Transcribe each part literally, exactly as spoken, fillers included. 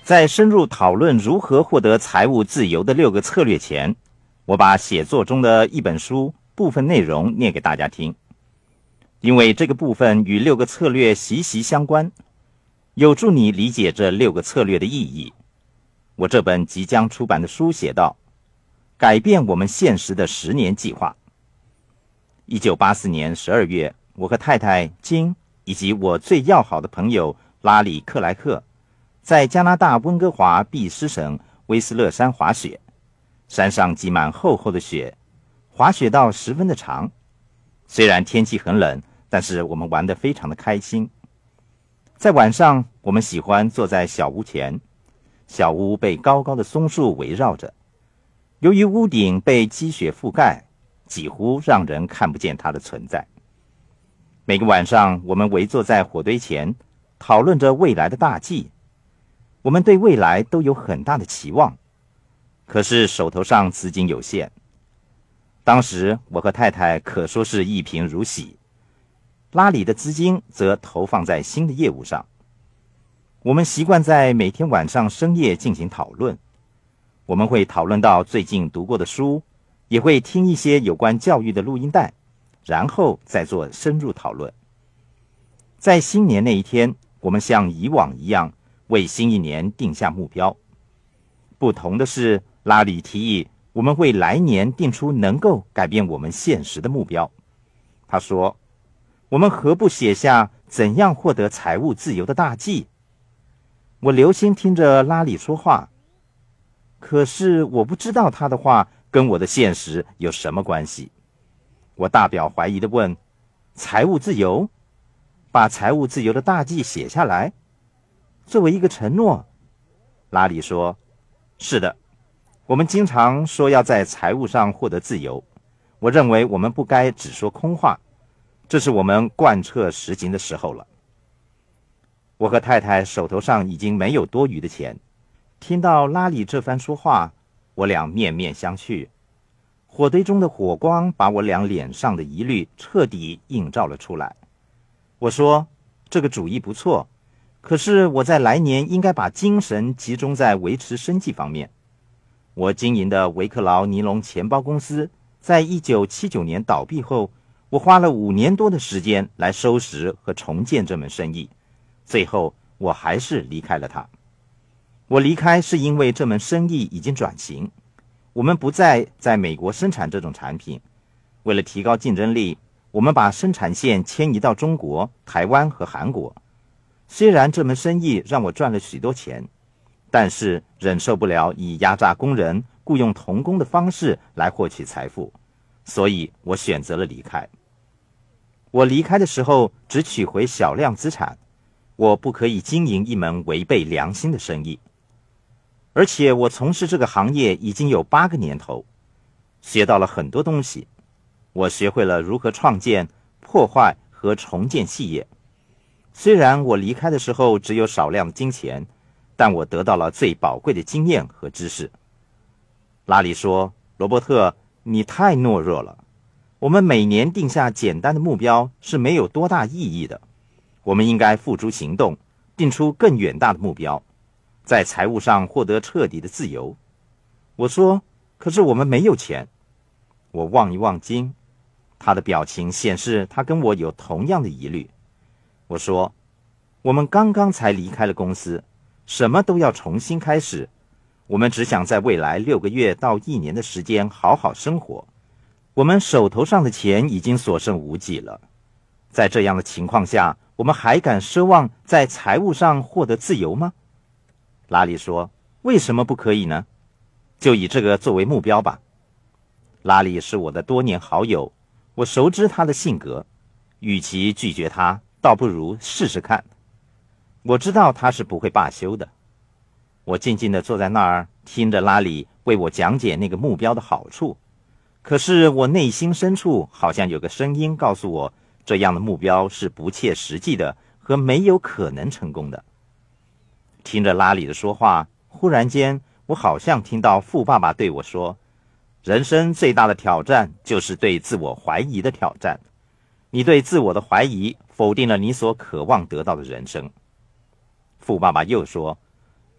在深入讨论如何获得财务自由的六个策略前，我把写作中的一本书部分内容念给大家听，因为这个部分与六个策略息息相关，有助你理解这六个策略的意义。我这本即将出版的书写道：改变我们现实的十年计划。一九八四年十二月，我和太太金以及我最要好的朋友拉里克莱克在加拿大温哥华毕斯省威斯勒山滑雪，山上积满厚厚的雪，滑雪道十分的长。虽然天气很冷，但是我们玩得非常的开心。在晚上，我们喜欢坐在小屋前，小屋被高高的松树围绕着，由于屋顶被积雪覆盖，几乎让人看不见它的存在。每个晚上，我们围坐在火堆前，讨论着未来的大计。我们对未来都有很大的期望，可是手头上资金有限。当时我和太太可说是一贫如洗，拉里的资金则投放在新的业务上。我们习惯在每天晚上深夜进行讨论，我们会讨论到最近读过的书，也会听一些有关教育的录音带，然后再做深入讨论。在新年那一天，我们像以往一样为新一年定下目标。不同的是，拉里提议我们为来年定出能够改变我们现实的目标。他说，我们何不写下怎样获得财务自由的大计？我留心听着拉里说话，可是我不知道他的话跟我的现实有什么关系。我大表怀疑地问，财务自由？把财务自由的大计写下来？作为一个承诺？拉里说，是的，我们经常说要在财务上获得自由，我认为我们不该只说空话，这是我们贯彻实行的时候了。我和太太手头上已经没有多余的钱，听到拉里这番说话，我俩面面相觑。火堆中的火光把我俩脸上的疑虑彻底映照了出来。我说，这个主意不错，可是我在来年应该把精神集中在维持生计方面。我经营的维克劳尼龙钱包公司在一九七九年倒闭后，我花了五年多的时间来收拾和重建这门生意，最后我还是离开了它。我离开是因为这门生意已经转型，我们不再在美国生产这种产品。为了提高竞争力，我们把生产线迁移到中国、台湾和韩国。虽然这门生意让我赚了许多钱，但是忍受不了以压榨工人、雇佣童工的方式来获取财富，所以我选择了离开。我离开的时候只取回小量资产，我不可以经营一门违背良心的生意。而且我从事这个行业已经有八个年头，学到了很多东西。我学会了如何创建、破坏和重建企业。虽然我离开的时候只有少量的金钱，但我得到了最宝贵的经验和知识。拉里说，罗伯特，你太懦弱了。我们每年定下简单的目标是没有多大意义的，我们应该付诸行动，定出更远大的目标，在财务上获得彻底的自由。我说，可是我们没有钱。我望一望金，他的表情显示他跟我有同样的疑虑。我说，我们刚刚才离开了公司，什么都要重新开始，我们只想在未来六个月到一年的时间好好生活，我们手头上的钱已经所剩无几了。在这样的情况下，我们还敢奢望在财务上获得自由吗？拉里说，为什么不可以呢？就以这个作为目标吧。拉里是我的多年好友，我熟知他的性格，与其拒绝他，倒不如试试看。我知道他是不会罢休的。我静静地坐在那儿，听着拉里为我讲解那个目标的好处。可是我内心深处好像有个声音告诉我，这样的目标是不切实际的和没有可能成功的。听着拉里的说话，忽然间我好像听到富爸爸对我说，人生最大的挑战就是对自我怀疑的挑战。你对自我的怀疑否定了你所渴望得到的人生。富爸爸又说，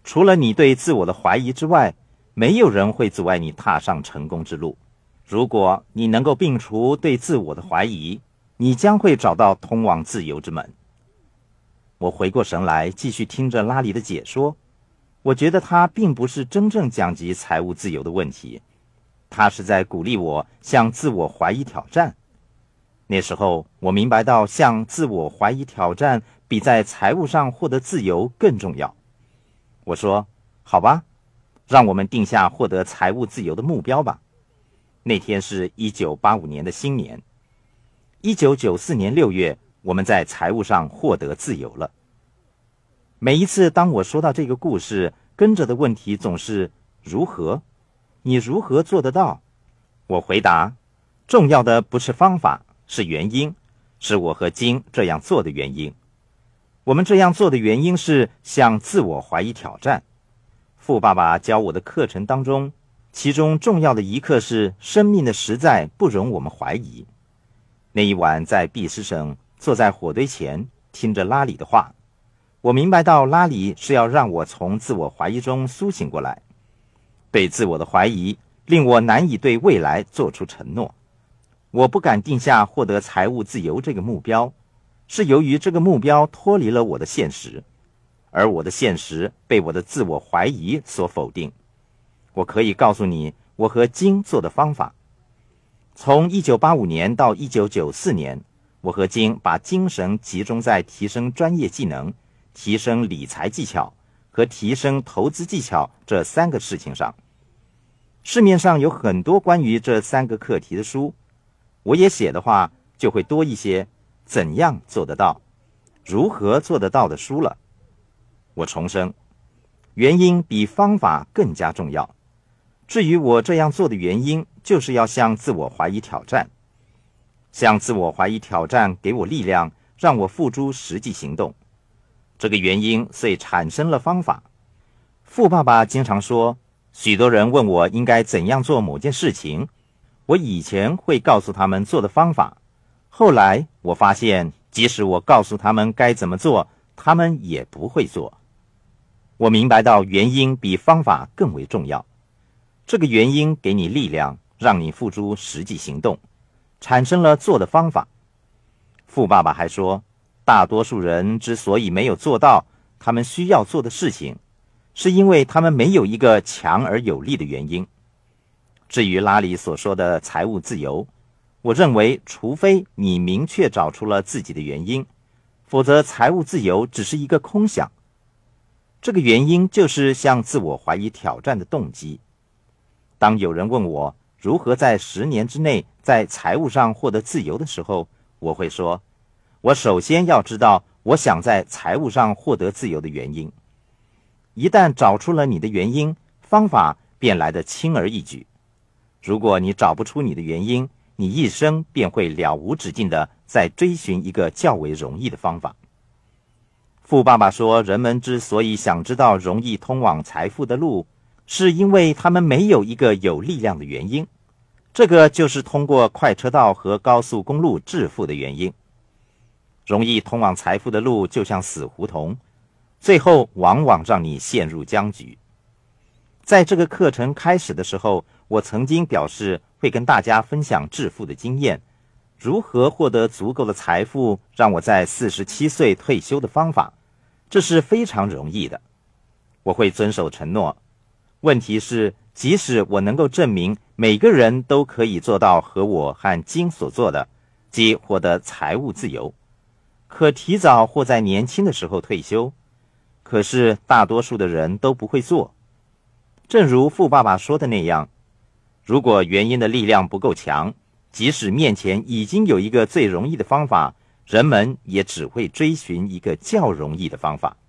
除了你对自我的怀疑之外，没有人会阻碍你踏上成功之路。如果你能够摒除对自我的怀疑，你将会找到通往自由之门。我回过神来，继续听着拉里的解说。我觉得他并不是真正讲及财务自由的问题，他是在鼓励我向自我怀疑挑战。那时候我明白到，向自我怀疑挑战比在财务上获得自由更重要。我说，好吧，让我们定下获得财务自由的目标吧。那天是一九八五年的新年。一九九四年六月，我们在财务上获得自由了。每一次当我说到这个故事，跟着的问题总是如何？你如何做得到？我回答，重要的不是方法，是原因，是我和金这样做的原因。我们这样做的原因是向自我怀疑挑战。富爸爸教我的课程当中，其中重要的一课是生命的实在不容我们怀疑。那一晚在毕斯省，坐在火堆前，听着拉里的话，我明白到拉里是要让我从自我怀疑中苏醒过来。对自我的怀疑令我难以对未来做出承诺。我不敢定下获得财务自由这个目标，是由于这个目标脱离了我的现实，而我的现实被我的自我怀疑所否定。我可以告诉你我和金做的方法。从一九八五年到一九九四年，我和金把精神集中在提升专业技能、提升理财技巧和提升投资技巧这三个事情上。市面上有很多关于这三个课题的书，我也写的话就会多一些怎样做得到、如何做得到的书了。我重申，原因比方法更加重要。至于我这样做的原因，就是要向自我怀疑挑战。向自我怀疑挑战给我力量，让我付诸实际行动。这个原因遂产生了方法。富爸爸经常说，许多人问我应该怎样做某件事情，我以前会告诉他们做的方法，后来我发现，即使我告诉他们该怎么做，他们也不会做。我明白到原因比方法更为重要。这个原因给你力量，让你付诸实际行动，产生了做的方法。富爸爸还说，大多数人之所以没有做到他们需要做的事情，是因为他们没有一个强而有力的原因。至于拉里所说的财务自由，我认为除非你明确找出了自己的原因，否则财务自由只是一个空想。这个原因就是向自我怀疑挑战的动机。当有人问我如何在十年之内在财务上获得自由的时候，我会说，我首先要知道我想在财务上获得自由的原因。一旦找出了你的原因，方法便来得轻而易举。如果你找不出你的原因，你一生便会了无止境地在追寻一个较为容易的方法。富爸爸说，人们之所以想知道容易通往财富的路，是因为他们没有一个有力量的原因。这个就是通过快车道和高速公路致富的原因。容易通往财富的路就像死胡同，最后往往让你陷入僵局。在这个课程开始的时候，我曾经表示会跟大家分享致富的经验，如何获得足够的财富，让我在四十七岁退休的方法。这是非常容易的，我会遵守承诺。问题是，即使我能够证明每个人都可以做到和我和金所做的，即获得财务自由，可提早或在年轻的时候退休，可是大多数的人都不会做。正如富爸爸说的那样，如果原因的力量不够强，即使面前已经有一个最容易的方法，人们也只会追寻一个较容易的方法。